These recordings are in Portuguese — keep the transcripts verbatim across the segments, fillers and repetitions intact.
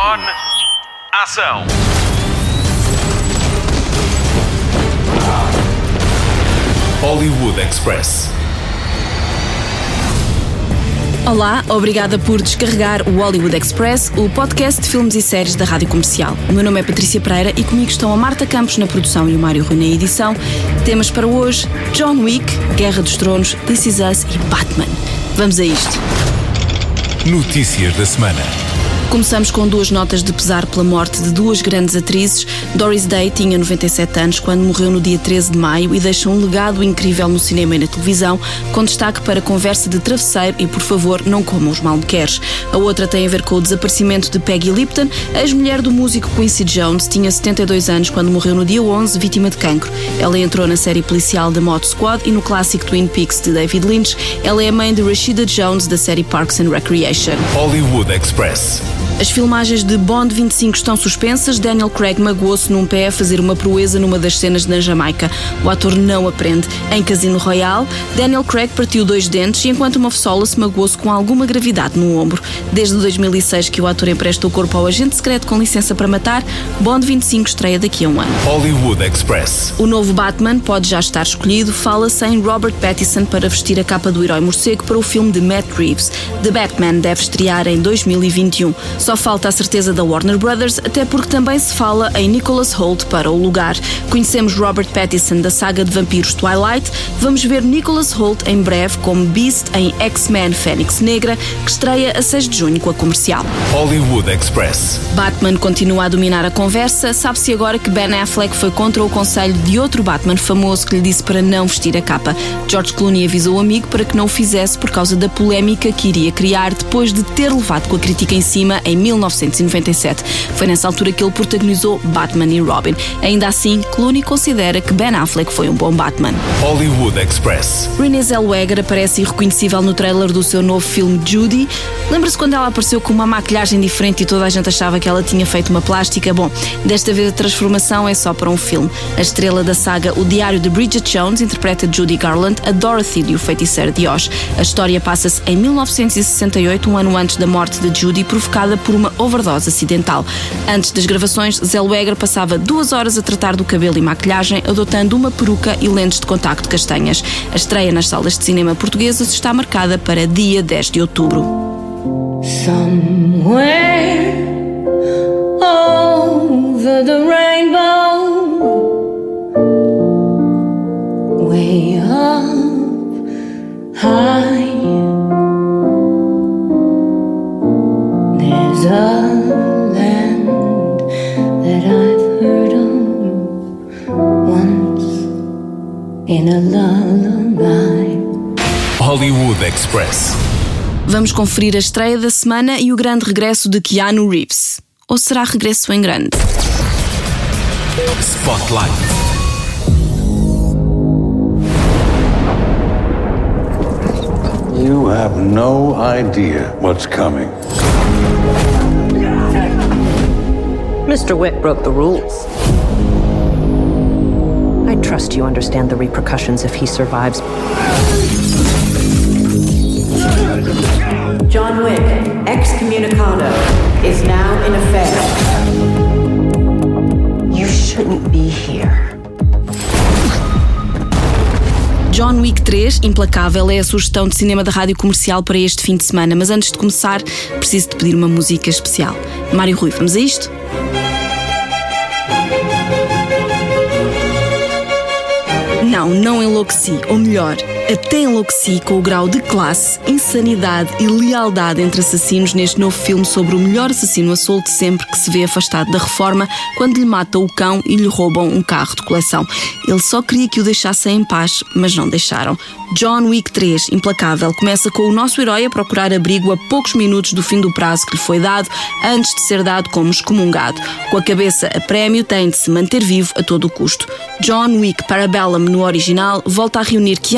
On. Ação. Hollywood Express. Olá, obrigada por descarregar o Hollywood Express, o podcast de filmes e séries da Rádio Comercial. O meu nome é Patrícia Pereira e comigo estão a Marta Campos na produção e o Mário Rui na edição. Temas para hoje: John Wick, Guerra dos Tronos, This Is Us e Batman. Vamos a isto. Notícias da semana. Começamos com duas notas de pesar pela morte de duas grandes atrizes. Doris Day tinha noventa e sete anos quando morreu no dia treze de maio e deixa um legado incrível no cinema e na televisão, com destaque para Conversa de Travesseiro e Por Favor, Não Comam os Mal-Me-Queres. A outra tem a ver com o desaparecimento de Peggy Lipton. A ex-mulher do músico Quincy Jones tinha setenta e dois anos quando morreu no dia onze, vítima de cancro. Ela entrou na série policial The Mod Squad e no clássico Twin Peaks de David Lynch. Ela é a mãe de Rashida Jones da série Parks and Recreation. Hollywood Express. As filmagens de Bond vinte e cinco estão suspensas. Daniel Craig magoou-se num pé a fazer uma proeza numa das cenas na Jamaica. O ator não aprende. Em Casino Royale, Daniel Craig partiu dois dentes e enquanto uma Mafsola se magoou-se com alguma gravidade no ombro. Desde dois mil e seis que o ator empresta o corpo ao agente secreto com licença para matar, Bond vinte e cinco estreia daqui a um ano. Hollywood Express. O novo Batman pode já estar escolhido. Fala-se em Robert Pattinson para vestir a capa do herói morcego para o filme de Matt Reeves. The Batman deve estrear em dois mil e vinte e um. Só falta a certeza da Warner Brothers, até porque também se fala em Nicholas Hoult para o lugar. Conhecemos Robert Pattinson da saga de vampiros Twilight. Vamos ver Nicholas Hoult em breve como Beast em X-Men Fênix Negra, que estreia a seis de junho com a Comercial. Hollywood Express. Batman continua a dominar a conversa. Sabe-se agora que Ben Affleck foi contra o conselho de outro Batman famoso que lhe disse para não vestir a capa. George Clooney avisou o amigo para que não o fizesse por causa da polémica que iria criar depois de ter levado com a crítica em cima em mil novecentos e noventa e sete. Foi nessa altura que ele protagonizou Batman e Robin. Ainda assim, Clooney considera que Ben Affleck foi um bom Batman. Hollywood Express. Renée Zellweger aparece irreconhecível no trailer do seu novo filme Judy. Lembra-se quando ela apareceu com uma maquilhagem diferente e toda a gente achava que ela tinha feito uma plástica? Bom, desta vez a transformação é só para um filme. A estrela da saga O Diário de Bridget Jones interpreta Judy Garland, a Dorothy de O Feiticeiro de Oz. A história passa-se em mil novecentos e sessenta e oito, um ano antes da morte de Judy, provocada por uma overdose acidental. Antes das gravações, Zellweger passava duas horas a tratar do cabelo e maquilhagem, adotando uma peruca e lentes de contacto castanhas. A estreia nas salas de cinema portuguesas está marcada para dia dez de outubro. Somewhere over the rainbow, way up high, there's a land that I've heard of once in a lullaby. Hollywood Express. Vamos conferir a estreia da semana e o grande regresso de Keanu Reeves. Ou será regresso em grande? Spotlight. You have no idea what's coming. Mister Wick broke the rules. I trust you understand the repercussions if he survives. John Wick, excommunicado, is now in effect. You shouldn't be here. John Wick três, Implacável, é a sugestão de cinema da Rádio Comercial para este fim de semana, mas antes de começar, preciso de pedir uma música especial. Mário Rui, vamos a isto? Não, não enlouqueci, ou melhor, até enlouqueci com o grau de classe, insanidade e lealdade entre assassinos neste novo filme sobre o melhor assassino a solto sempre que se vê afastado da reforma quando lhe matam o cão e lhe roubam um carro de coleção. Ele só queria que o deixassem em paz, mas não deixaram. John Wick três, Implacável, começa com o nosso herói a procurar abrigo a poucos minutos do fim do prazo que lhe foi dado, antes de ser dado como excomungado. Com a cabeça a prémio, tem de se manter vivo a todo o custo. John Wick Parabellum, no original, volta a reunir Keanu Reeves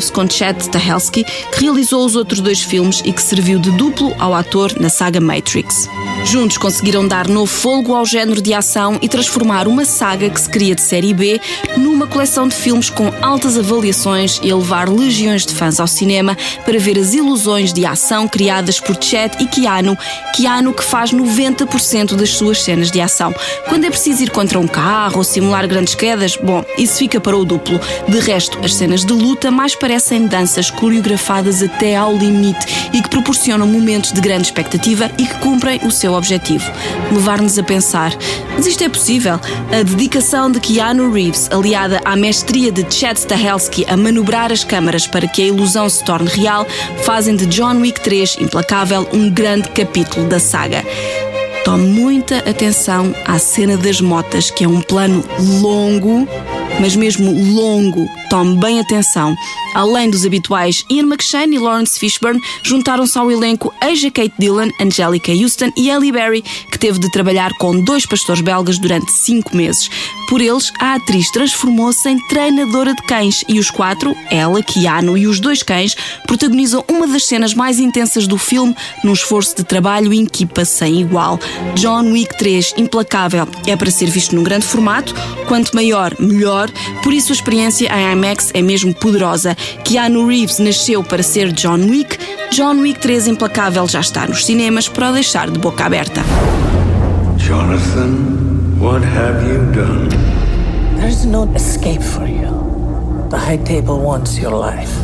Reeves com Chad Stahelski, que realizou os outros dois filmes e que serviu de duplo ao ator na saga Matrix. Juntos conseguiram dar novo fôlego ao género de ação e transformar uma saga que se queria de série B numa coleção de filmes com altas avaliações e a levar legiões de fãs ao cinema para ver as ilusões de ação criadas por Chad e Keanu, Keanu que faz noventa por cento das suas cenas de ação. Quando é preciso ir contra um carro ou simular grandes quedas, bom, isso fica para o duplo. De resto, as cenas de luta mais parecem danças coreografadas até ao limite e que proporcionam momentos de grande expectativa e que cumprem o seu objetivo, levar-nos a pensar, mas isto é possível? A dedicação de Keanu Reeves, aliada à mestria de Chad Stahelski a manobrar as câmaras para que a ilusão se torne real, fazem de John Wick três Implacável um grande capítulo da saga. Tome muita atenção à cena das motas, que é um plano longo, mas mesmo longo. Tome bem atenção. Além dos habituais Ian McShane e Lawrence Fishburne, juntaram-se ao elenco Asia Kate Dillon, Angelica Houston e Halle Berry, que teve de trabalhar com dois pastores belgas durante cinco meses. Por eles, a atriz transformou-se em treinadora de cães e os quatro, ela, Keanu e os dois cães, protagonizam uma das cenas mais intensas do filme num esforço de trabalho em equipa sem igual. John Wick três Implacável é para ser visto num grande formato, quanto maior, melhor, por isso a experiência em IMAX é mesmo poderosa. Keanu Reeves nasceu para ser John Wick, John Wick três Implacável já está nos cinemas para o deixar de boca aberta. Jonathan, what have you done? There's no escape for you. The High Table wants your life.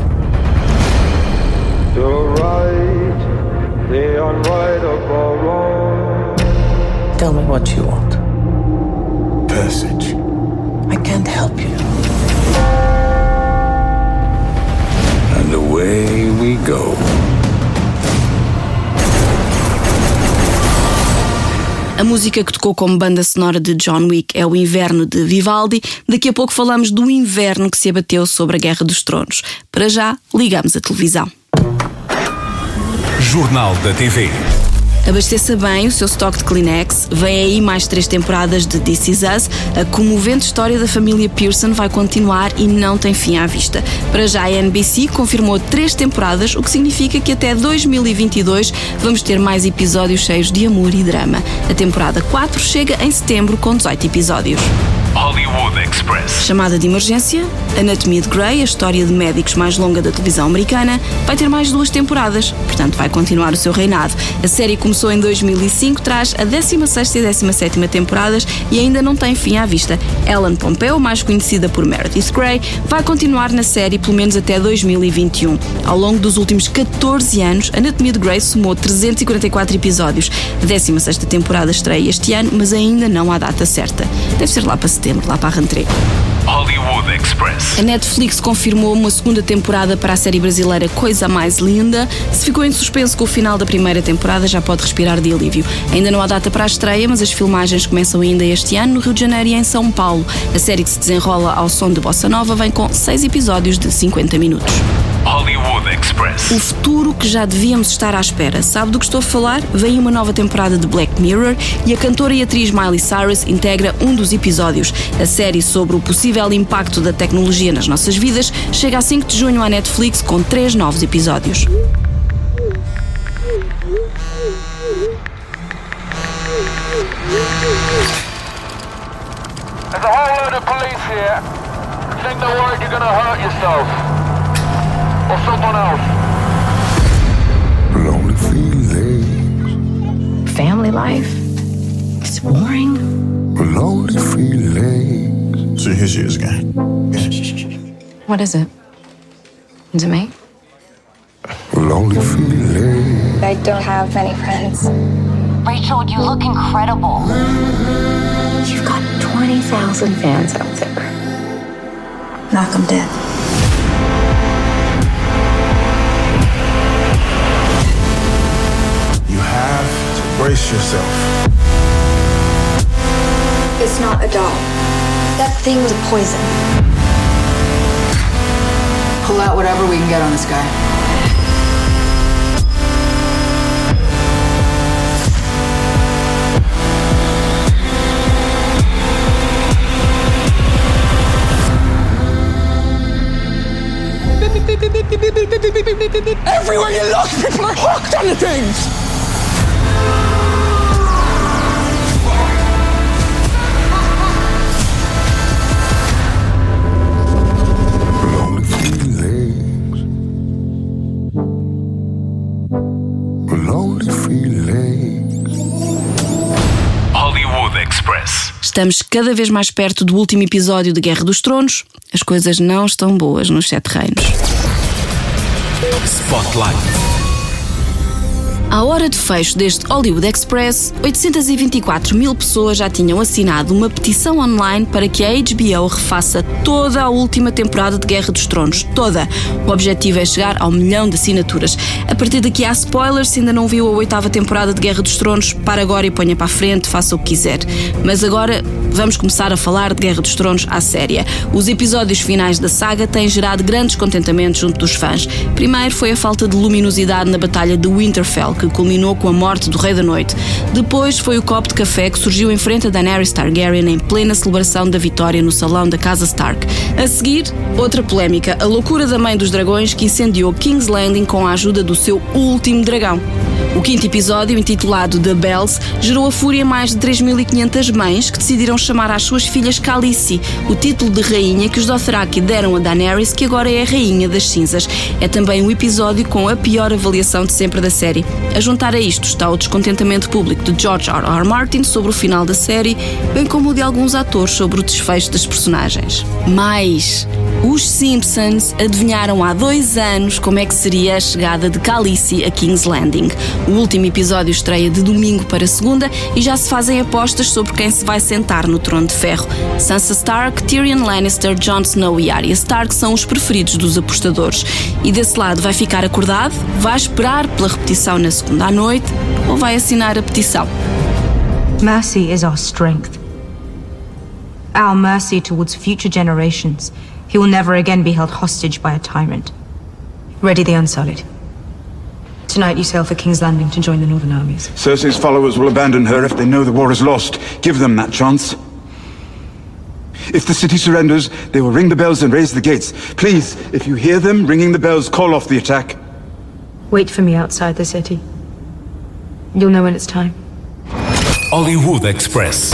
You're right, the unrightable wrong. Tell me what you want. Passage. I can't help you. And away we go. A música que tocou como banda sonora de John Wick é o Inverno de Vivaldi. Daqui a pouco falamos do inverno que se abateu sobre a Guerra dos Tronos. Para já, ligamos a televisão. Jornal da T V. Abasteça bem o seu estoque de Kleenex. Vem aí mais três temporadas de This Is Us. A comovente história da família Pearson vai continuar e não tem fim à vista. Para já, a N B C confirmou três temporadas, o que significa que até dois mil e vinte e dois vamos ter mais episódios cheios de amor e drama. A temporada quatro chega em setembro com dezoito episódios. Hollywood Express. Chamada de emergência, Anatomia de Grey, a história de médicos mais longa da televisão americana, vai ter mais duas temporadas, portanto vai continuar o seu reinado. A série começou em dois mil e cinco, traz a décima sexta e décima sétima temporadas e ainda não tem fim à vista. Ellen Pompeo, mais conhecida por Meredith Grey, vai continuar na série pelo menos até dois mil e vinte e um. Ao longo dos últimos catorze anos, Anatomia de Grey somou trezentos e quarenta e quatro episódios. A décima sexta temporada estreia este ano, mas ainda não há data certa. Deve ser lá para setembro, lá para a rentrée. Hollywood Express. A Netflix confirmou uma segunda temporada para a série brasileira Coisa Mais Linda. Se ficou em suspenso com o final da primeira temporada, já pode respirar de alívio. Ainda não há data para a estreia, mas as filmagens começam ainda este ano no Rio de Janeiro e em São Paulo. A série, que se desenrola ao som de bossa nova, vem com seis episódios de cinquenta minutos. Hollywood Express. O futuro que já devíamos estar à espera. Sabe do que estou a falar? Vem uma nova temporada de Black Mirror e a cantora e atriz Miley Cyrus integra um dos episódios. A série sobre o possível impacto da tecnologia nas nossas vidas chega a cinco de junho à Netflix com três novos episódios. There's a whole load of police here. Think they're worried you're gonna hurt yourself. Or someone else. Lonely feelings. Family life. It's boring. Lonely feelings. So here she is again. What is it? Is it me? Lonely feelings. I don't have any friends. Rachel, you look incredible. You've got twenty thousand fans out there. Knock them dead. You have to brace yourself. It's not a doll. That thing was poison. Pull out whatever we can get on this guy. Everywhere you look, people are hooked on the things. Lonely feelings. Lonely feelings. Hollywood Express. Estamos cada vez mais perto do último episódio de Guerra dos Tronos. As coisas não estão boas nos Sete Reinos. Spotlight. À hora de fecho deste Hollywood Express, oitocentas e vinte e quatro mil pessoas já tinham assinado uma petição online para que a H B O refaça toda a última temporada de Guerra dos Tronos. Toda. O objetivo é chegar ao milhão de assinaturas. A partir daqui há spoilers. Se ainda não viu a oitava temporada de Guerra dos Tronos, para agora e ponha para a frente, faça o que quiser. Mas agora vamos começar a falar de Guerra dos Tronos à séria. Os episódios finais da saga têm gerado grandes descontentamentos junto dos fãs. Primeiro foi a falta de luminosidade na Batalha de Winterfell, que culminou com a morte do Rei da Noite. Depois foi o copo de café que surgiu em frente a Daenerys Targaryen em plena celebração da vitória no salão da Casa Stark. A seguir, outra polémica, a loucura da Mãe dos Dragões que incendiou King's Landing com a ajuda do seu último dragão. O quinto episódio, intitulado The Bells, gerou a fúria em mais de três mil e quinhentas mães que decidiram chamar às suas filhas Khaleesi, o título de rainha que os Dothraki deram a Daenerys, que agora é a rainha das cinzas. É também um episódio com a pior avaliação de sempre da série. A juntar a isto está o descontentamento público de George R R. Martin sobre o final da série, bem como o de alguns atores sobre o desfecho das personagens. Mais, os Simpsons adivinharam há dois anos como é que seria a chegada de Khaleesi a King's Landing. O último episódio estreia de domingo para segunda e já se fazem apostas sobre quem se vai sentar no trono de ferro. Sansa Stark, Tyrion Lannister, Jon Snow e Arya Stark são os preferidos dos apostadores. E desse lado vai ficar acordado? Vai esperar pela repetição na segunda à noite? Ou vai assinar a petição? Mercy is our strength. Our mercy towards future generations. He will never again be held hostage by a tyrant. Ready the Unsullied. Tonight you sail for King's Landing to join the Northern armies. Cersei's followers will abandon her if they know the war is lost. Give them that chance. If the city surrenders, they will ring the bells and raise the gates. Please, if you hear them ringing the bells, call off the attack. Wait for me outside the city. You'll know when it's time. Hollywood Express.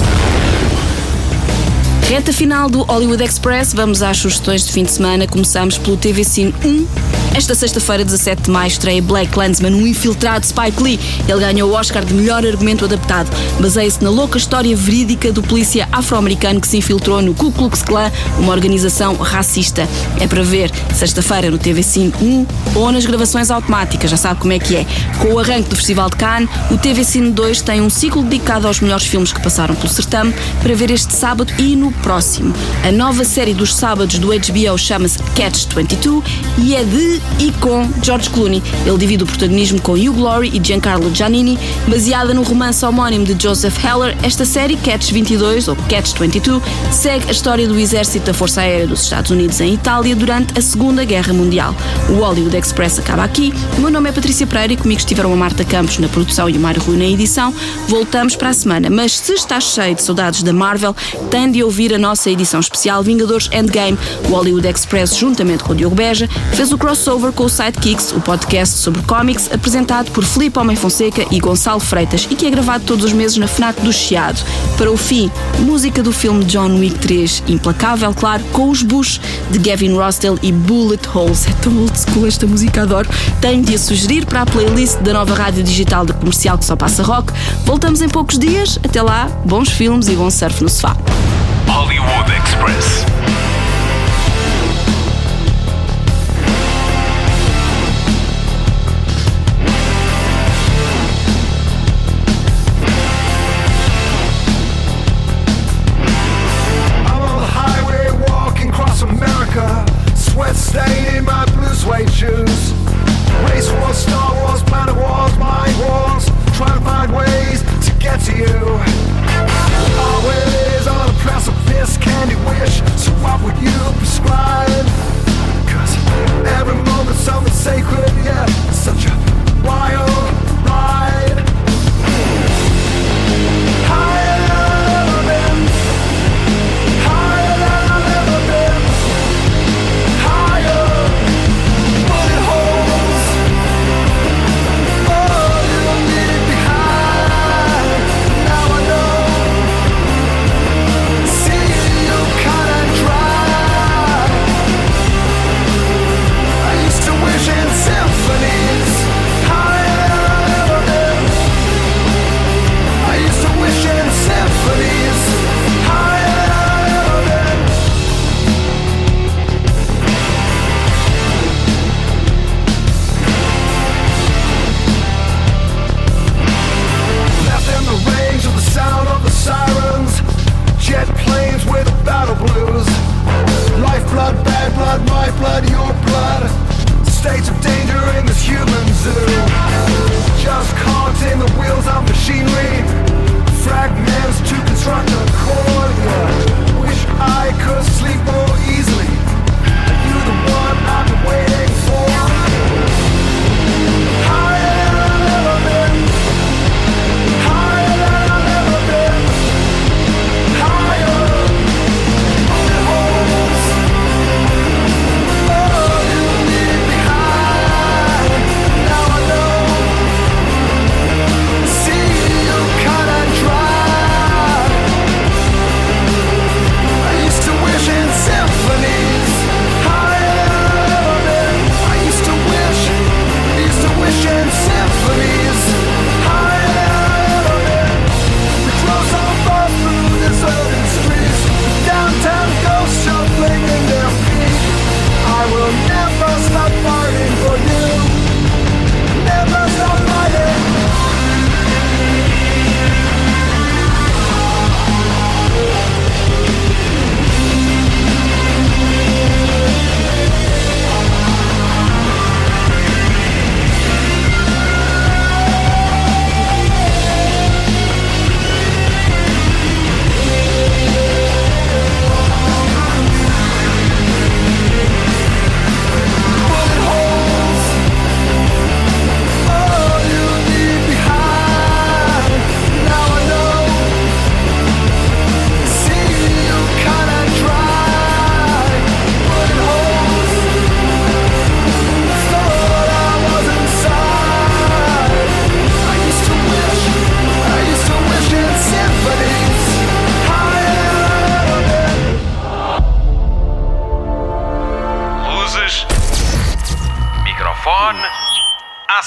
Reta final do Hollywood Express, vamos às sugestões de fim de semana. Começamos pelo T V Cine um. Esta sexta-feira, dezassete de maio, estreia Black Klansman, um infiltrado Spike Lee. Ele ganhou o Oscar de melhor argumento adaptado. Baseia-se na louca história verídica do polícia afro-americano que se infiltrou no Ku Klux Klan, uma organização racista. É para ver sexta-feira no T V Cine um ou nas gravações automáticas, já sabe como é que é. Com o arranque do Festival de Cannes, o T V Cine dois tem um ciclo dedicado aos melhores filmes que passaram pelo certame para ver este sábado e no próximo. A nova série dos sábados do H B O chama-se Catch vinte e dois e é de e com George Clooney. Ele divide o protagonismo com Hugh Laurie e Giancarlo Giannini. Baseada no romance homónimo de Joseph Heller, esta série, Catch vinte e dois, ou Catch vinte e dois, segue a história do exército da Força Aérea dos Estados Unidos em Itália durante a Segunda Guerra Mundial. O Hollywood Express acaba aqui. O meu nome é Patrícia Pereira e comigo estiveram a Marta Campos na produção e o Mário Rui na edição. Voltamos para a semana, mas se está cheio de saudades da Marvel, tem de ouvir a nossa edição especial Vingadores Endgame. O Hollywood Express, juntamente com o Diogo Beja, fez o crossover com o Sidekicks, o podcast sobre cómics, apresentado por Filipe Homem Fonseca e Gonçalo Freitas e que é gravado todos os meses na FNAC do Chiado. Para o fim, música do filme John Wick três, impecável, claro, com os Bush, de Gavin Rossdale e Bullet Holes. É tão old school esta música, adoro. Tenho de a sugerir para a playlist da nova rádio digital da Comercial que só passa rock. Voltamos em poucos dias. Até lá, bons filmes e bom surf no sofá. Hollywood Express. Sweat stain in my blue suede shoes. Race wars, Star Wars, planet wars, mind wars. Trying to find ways to get to you. Always on the precipice, candy wish. So what would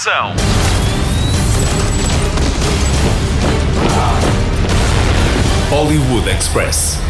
ação. Hollywood Express.